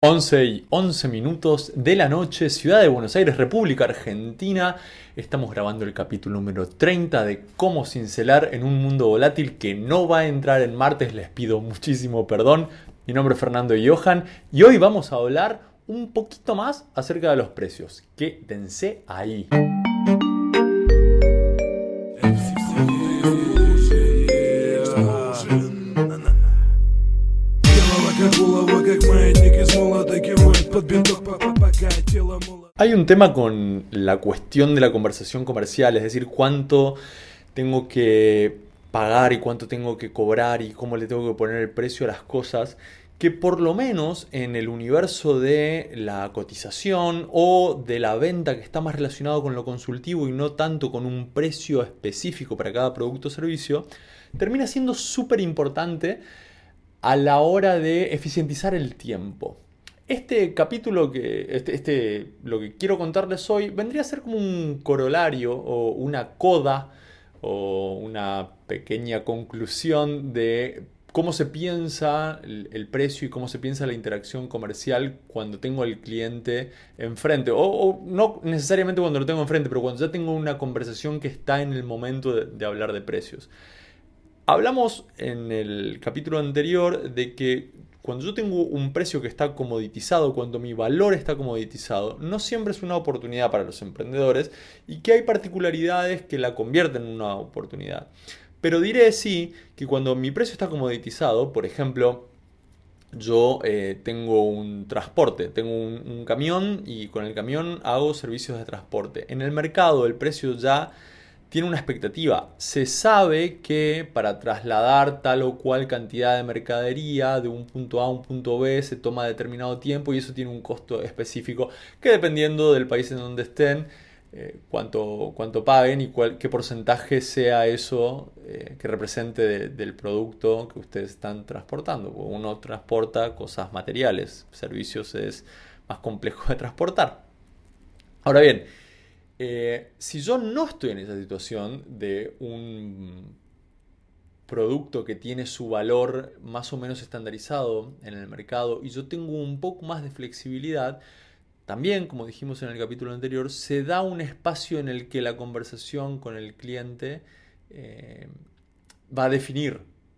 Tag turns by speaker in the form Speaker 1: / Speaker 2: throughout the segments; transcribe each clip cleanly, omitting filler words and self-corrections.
Speaker 1: 11:11 de la noche, Ciudad de Buenos Aires, República Argentina. Estamos grabando el capítulo número 30 de Cómo cincelar en un mundo volátil que no va a entrar en martes. Les pido muchísimo perdón. Mi nombre es Fernando Johan y hoy vamos a hablar un poquito más acerca de los precios. Quédense ahí. Hay un tema con la cuestión de la conversación comercial, es decir, cuánto tengo que pagar y cuánto tengo que cobrar y cómo le tengo que poner el precio a las cosas, que por lo menos en el universo de la cotización o de la venta, que está más relacionado con lo consultivo y no tanto con un precio específico para cada producto o servicio, termina siendo súper importante a la hora de eficientizar el tiempo. Este capítulo, lo que quiero contarles hoy, vendría a ser como un corolario o una coda o una pequeña conclusión de cómo se piensa el precio y cómo se piensa la interacción comercial cuando tengo al cliente enfrente. O no necesariamente cuando lo tengo enfrente, pero cuando ya tengo una conversación que está en el momento de hablar de precios. Hablamos en el capítulo anterior de que cuando yo tengo un precio que está comoditizado, cuando mi valor está comoditizado, no siempre es una oportunidad para los emprendedores y que hay particularidades que la convierten en una oportunidad. Pero diré sí que cuando mi precio está comoditizado, por ejemplo, yo tengo un transporte, tengo un camión y con el camión hago servicios de transporte. En el mercado el precio ya tiene una expectativa. Se sabe que para trasladar tal o cual cantidad de mercadería de un punto A a un punto B se toma determinado tiempo y eso tiene un costo específico que dependiendo del país en donde estén, cuánto paguen y qué porcentaje sea eso que represente del producto que ustedes están transportando. Uno transporta cosas materiales, servicios es más complejo de transportar. Ahora bien, si yo no estoy en esa situación de un producto que tiene su valor más o menos estandarizado en el mercado y yo tengo un poco más de flexibilidad, también, como dijimos en el capítulo anterior, se da un espacio en el que la conversación con el cliente va a definir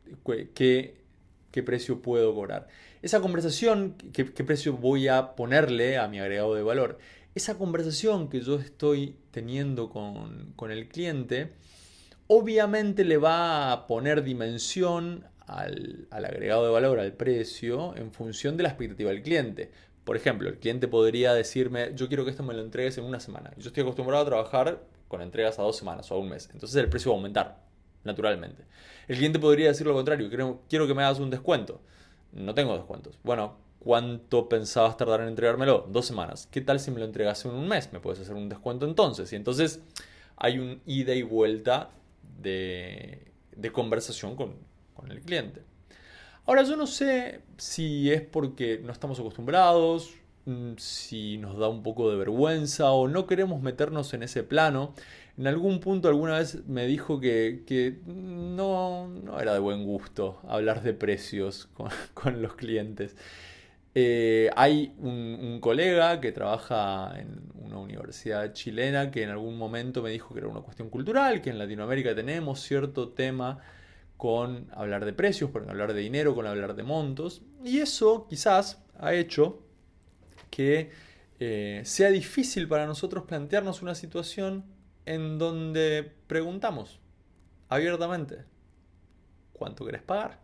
Speaker 1: qué precio puedo cobrar. Esa conversación, qué precio voy a ponerle a mi agregado de valor. Esa conversación que yo estoy teniendo con el cliente, obviamente le va a poner dimensión al agregado de valor, al precio, en función de la expectativa del cliente. Por ejemplo, el cliente podría decirme, yo quiero que esto me lo entregues en una semana. Yo estoy acostumbrado a trabajar con entregas a 2 semanas o a un mes. Entonces el precio va a aumentar, naturalmente. El cliente podría decir lo contrario, quiero que me hagas un descuento. No tengo descuentos. Bueno, ¿cuánto pensabas tardar en entregármelo? 2 semanas. ¿Qué tal si me lo entregas en un mes? ¿Me puedes hacer un descuento entonces? Y entonces hay un ida y vuelta de conversación con el cliente. Ahora yo no sé si es porque no estamos acostumbrados, si nos da un poco de vergüenza o no queremos meternos en ese plano. En algún punto alguna vez me dijo que no era de buen gusto hablar de precios con los clientes. Hay un colega que trabaja en una universidad chilena que en algún momento me dijo que era una cuestión cultural, que en Latinoamérica tenemos cierto tema con hablar de precios, con hablar de dinero, con hablar de montos. Y eso quizás ha hecho que sea difícil para nosotros plantearnos una situación en donde preguntamos abiertamente, ¿cuánto querés pagar?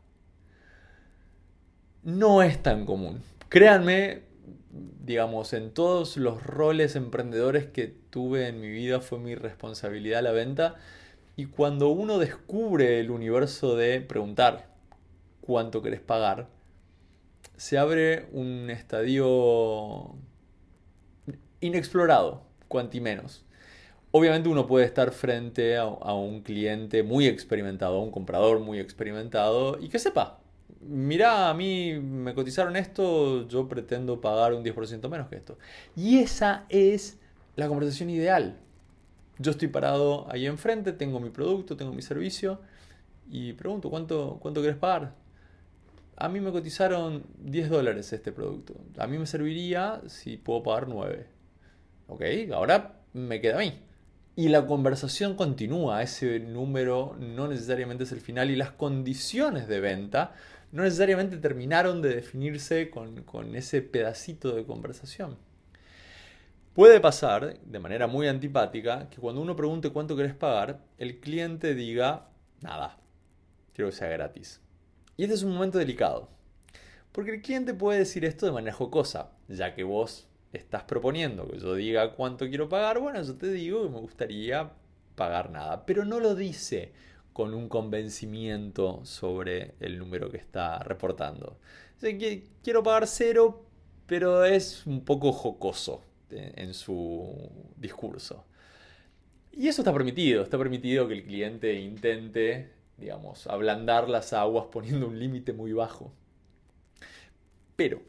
Speaker 1: No es tan común. Créanme, digamos, en todos los roles emprendedores que tuve en mi vida fue mi responsabilidad la venta. Y cuando uno descubre el universo de preguntar cuánto querés pagar, se abre un estadio inexplorado, cuanti menos. Obviamente uno puede estar frente a un cliente muy experimentado, a un comprador muy experimentado y que sepa, mirá, a mí me cotizaron esto, yo pretendo pagar un 10% menos que esto. Y esa es la conversación ideal. Yo estoy parado ahí enfrente, tengo mi producto, tengo mi servicio y pregunto, ¿cuánto querés pagar? a mí me cotizaron $10 este producto. A mí me serviría si puedo pagar 9. Ok, ahora me queda a mí. Y la conversación continúa, ese número no necesariamente es el final y las condiciones de venta no necesariamente terminaron de definirse con ese pedacito de conversación. Puede pasar, de manera muy antipática, que cuando uno pregunte cuánto querés pagar, el cliente diga, nada, quiero que sea gratis. Y este es un momento delicado, porque el cliente puede decir esto de manera jocosa, ya que vos estás proponiendo que yo diga cuánto quiero pagar, bueno, yo te digo que me gustaría pagar nada, pero no lo dice con un convencimiento sobre el número que está reportando. O sea, que quiero pagar 0, pero es un poco jocoso en su discurso. Y eso está permitido que el cliente intente, digamos, ablandar las aguas poniendo un límite muy bajo. Pero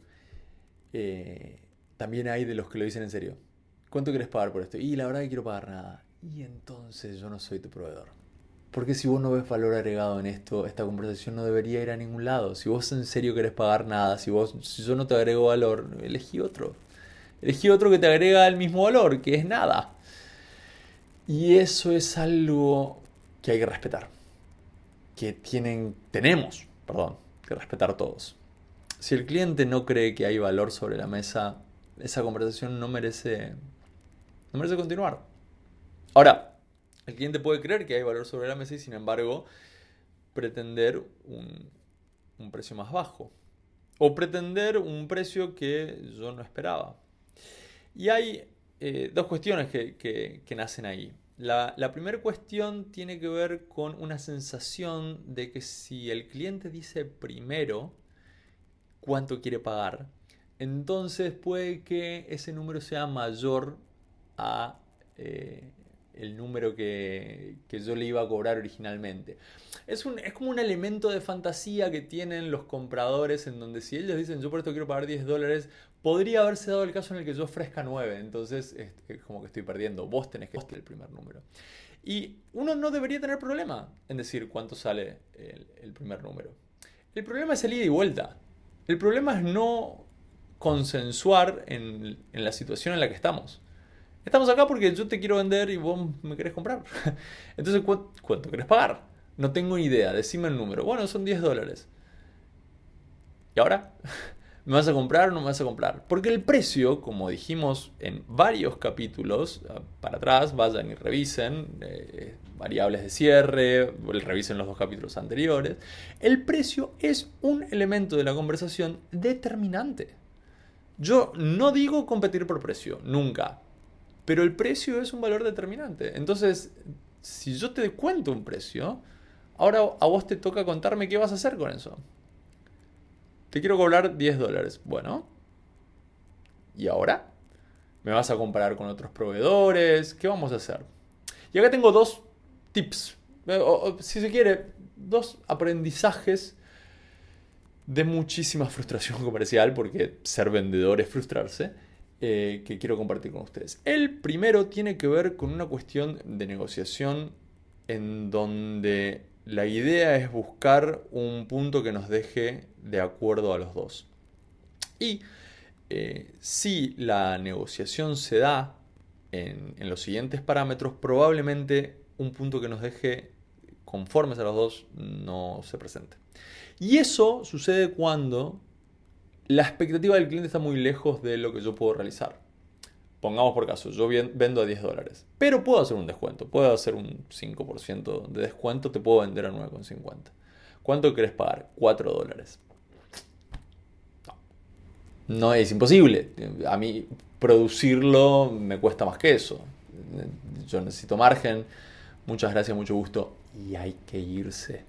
Speaker 1: también hay de los que lo dicen en serio. ¿Cuánto querés pagar por esto? Y la verdad que quiero pagar nada. Y entonces yo no soy tu proveedor. Porque si vos no ves valor agregado en esto, esta conversación no debería ir a ningún lado. Si vos en serio querés pagar nada, si yo no te agrego valor, elegí otro. Elegí otro que te agrega el mismo valor, que es nada. Y eso es algo que hay que respetar. Que tenemos que respetar todos. Si el cliente no cree que hay valor sobre la mesa, esa conversación no merece continuar. Ahora, el cliente puede creer que hay valor sobre la mesa y sin embargo pretender un precio más bajo. O pretender un precio que yo no esperaba. Y hay dos cuestiones que nacen ahí. La primera cuestión tiene que ver con una sensación de que si el cliente dice primero cuánto quiere pagar, entonces puede que ese número sea mayor a el número que yo le iba a cobrar originalmente. Es como un elemento de fantasía que tienen los compradores en donde si ellos dicen yo por esto quiero pagar $10, podría haberse dado el caso en el que yo ofrezca 9, entonces es como que estoy perdiendo, vos tenés que ser el primer número. Y uno no debería tener problema en decir cuánto sale el primer número. El problema es el ida y vuelta. El problema es no consensuar en la situación en la que estamos. Estamos acá porque yo te quiero vender y vos me querés comprar. Entonces, ¿cuánto querés pagar? No tengo idea, decime el número. Bueno, son $10. ¿Y ahora? ¿Me vas a comprar o no me vas a comprar? Porque el precio, como dijimos en varios capítulos para atrás, vayan y revisen variables de cierre, revisen los 2 capítulos anteriores, el precio es un elemento de la conversación determinante. Yo no digo competir por precio, nunca. Pero el precio es un valor determinante. Entonces, si yo te cuento un precio, ahora a vos te toca contarme qué vas a hacer con eso. Te quiero cobrar $10. Bueno, ¿y ahora? ¿Me vas a comparar con otros proveedores? ¿Qué vamos a hacer? Y acá tengo 2 tips, o si se quiere, 2 aprendizajes de muchísima frustración comercial, porque ser vendedor es frustrarse, que quiero compartir con ustedes. El primero tiene que ver con una cuestión de negociación en donde la idea es buscar un punto que nos deje de acuerdo a los dos. Y si la negociación se da en los siguientes parámetros, probablemente un punto que nos deje conformes a los dos no se presente. Y eso sucede cuando la expectativa del cliente está muy lejos de lo que yo puedo realizar. Pongamos por caso, yo vendo a $10, pero puedo hacer un descuento, puedo hacer un 5% de descuento, te puedo vender a 9,50. ¿Cuánto querés pagar? $4. No es imposible. A mí producirlo me cuesta más que eso. Yo necesito margen. Muchas gracias, mucho gusto. Y hay que irse.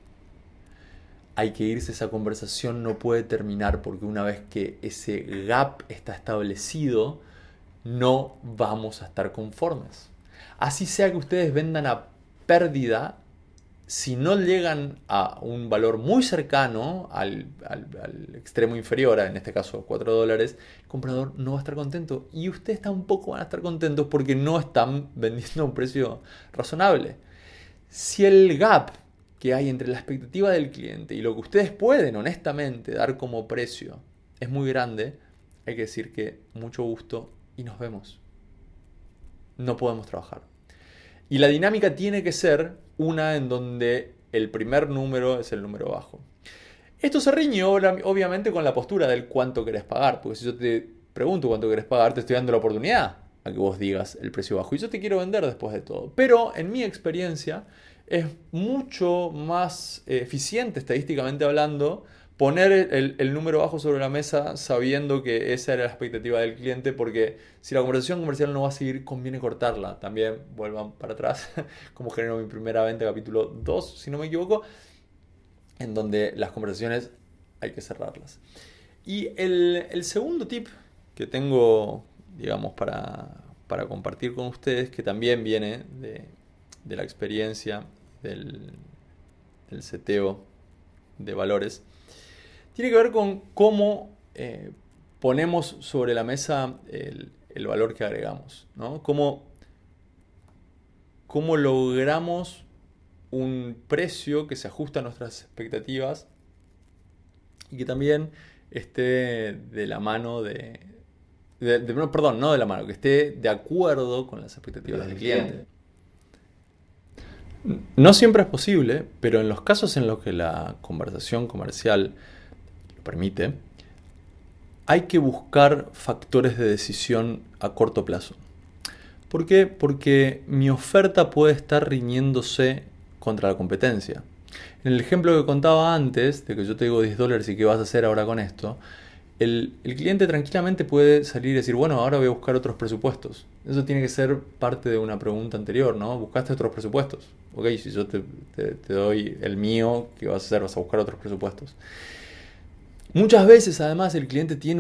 Speaker 1: Esa conversación no puede terminar porque una vez que ese gap está establecido, no vamos a estar conformes. Así sea que ustedes vendan a pérdida, si no llegan a un valor muy cercano al extremo inferior, en este caso $4, el comprador no va a estar contento y ustedes tampoco van a estar contentos porque no están vendiendo a un precio razonable. Si el gap que hay entre la expectativa del cliente y lo que ustedes pueden honestamente dar como precio es muy grande, hay que decir que mucho gusto y nos vemos. No podemos trabajar. Y la dinámica tiene que ser una en donde el primer número es el número bajo. Esto se riñe obviamente con la postura del cuánto querés pagar, porque si yo te pregunto cuánto querés pagar, te estoy dando la oportunidad a que vos digas el precio bajo y yo te quiero vender después de todo. Pero en mi experiencia es mucho más eficiente estadísticamente hablando poner el número bajo sobre la mesa sabiendo que esa era la expectativa del cliente, porque si la conversación comercial no va a seguir, conviene cortarla. También vuelvan para atrás, como generó mi primera venta, capítulo 2, si no me equivoco, en donde las conversaciones hay que cerrarlas. Y el segundo tip que tengo, digamos, para compartir con ustedes, que también viene de la experiencia del seteo de valores, tiene que ver con cómo ponemos sobre la mesa el valor que agregamos, ¿no? Cómo logramos un precio que se ajusta a nuestras expectativas y que también esté de la mano perdón, no de la mano, que esté de acuerdo con las expectativas del cliente. No siempre es posible, pero en los casos en los que la conversación comercial lo permite, hay que buscar factores de decisión a corto plazo. ¿Por qué? Porque mi oferta puede estar riñéndose contra la competencia. En el ejemplo que contaba antes, de que yo te digo $10 y qué vas a hacer ahora con esto, el cliente tranquilamente puede salir y decir, bueno, ahora voy a buscar otros presupuestos. Eso tiene que ser parte de una pregunta anterior, ¿no? ¿Buscaste otros presupuestos? Ok, si yo te doy el mío, ¿qué vas a hacer? Vas a buscar otros presupuestos. Muchas veces, además, el cliente tiene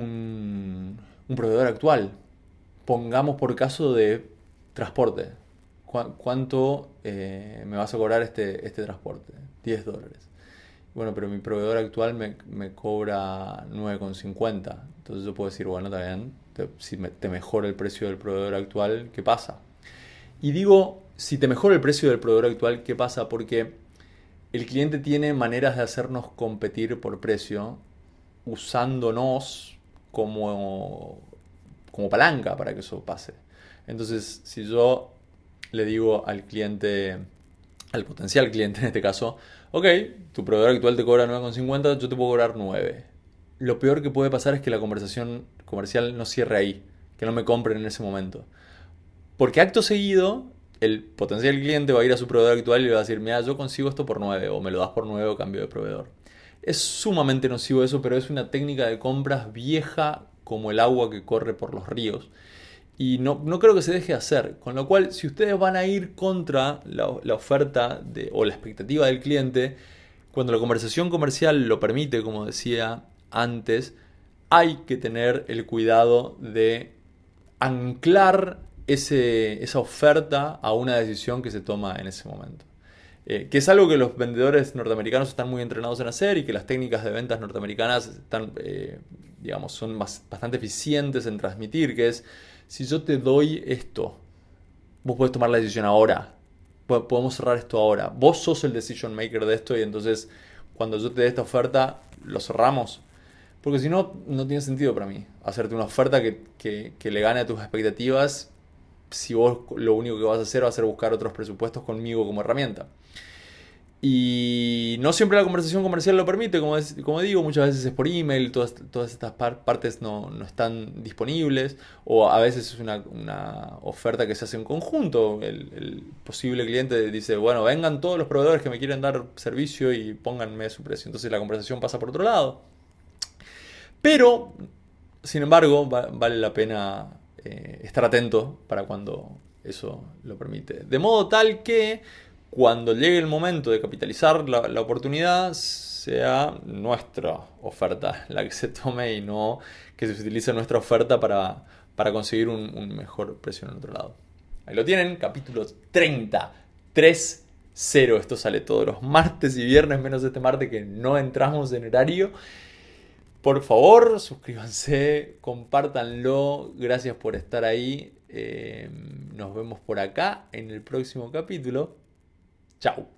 Speaker 1: un proveedor actual. Pongamos por caso de transporte. ¿Cuánto me vas a cobrar este transporte? $10. Bueno, pero mi proveedor actual me cobra 9,50. Entonces yo puedo decir, bueno, está bien, si te mejora el precio del proveedor actual, ¿qué pasa? Y digo, si te mejora el precio del proveedor actual, ¿qué pasa? Porque el cliente tiene maneras de hacernos competir por precio usándonos como palanca para que eso pase. Entonces, si yo le digo al cliente, al potencial cliente en este caso, ok, tu proveedor actual te cobra 9,50, yo te puedo cobrar 9. Lo peor que puede pasar es que la conversación comercial no cierre ahí, que no me compren en ese momento. Porque acto seguido, el potencial cliente va a ir a su proveedor actual y le va a decir, mira, yo consigo esto por 9, o me lo das por 9 o cambio de proveedor. Es sumamente nocivo eso, pero es una técnica de compras vieja como el agua que corre por los ríos. Y no creo que se deje hacer. Con lo cual, si ustedes van a ir contra la oferta o la expectativa del cliente, cuando la conversación comercial lo permite, como decía antes, hay que tener el cuidado de anclar esa oferta a una decisión que se toma en ese momento. Que es algo que los vendedores norteamericanos están muy entrenados en hacer y que las técnicas de ventas norteamericanas están, son bastante eficientes en transmitir, que es, si yo te doy esto, vos podés tomar la decisión ahora, podemos cerrar esto ahora, vos sos el decision maker de esto y entonces cuando yo te dé esta oferta, lo cerramos. Porque si no, no tiene sentido para mí hacerte una oferta que le gane a tus expectativas si vos lo único que vas a hacer va a ser buscar otros presupuestos conmigo como herramienta. Y no siempre la conversación comercial lo permite, como digo, muchas veces es por email, todas estas partes no están disponibles, o a veces es una oferta que se hace en conjunto. El posible cliente dice, bueno, vengan todos los proveedores que me quieren dar servicio y pónganme su precio. Entonces la conversación pasa por otro lado. Pero, sin embargo, vale la pena estar atento para cuando eso lo permite. De modo tal que cuando llegue el momento de capitalizar la oportunidad, sea nuestra oferta la que se tome y no que se utilice nuestra oferta para conseguir un mejor precio en el otro lado. Ahí lo tienen, capítulo 30, 3.0. Esto sale todos los martes y viernes, menos este martes que no entramos en horario. Por favor, suscríbanse, compártanlo. Gracias por estar ahí. Nos vemos por acá en el próximo capítulo. Chao.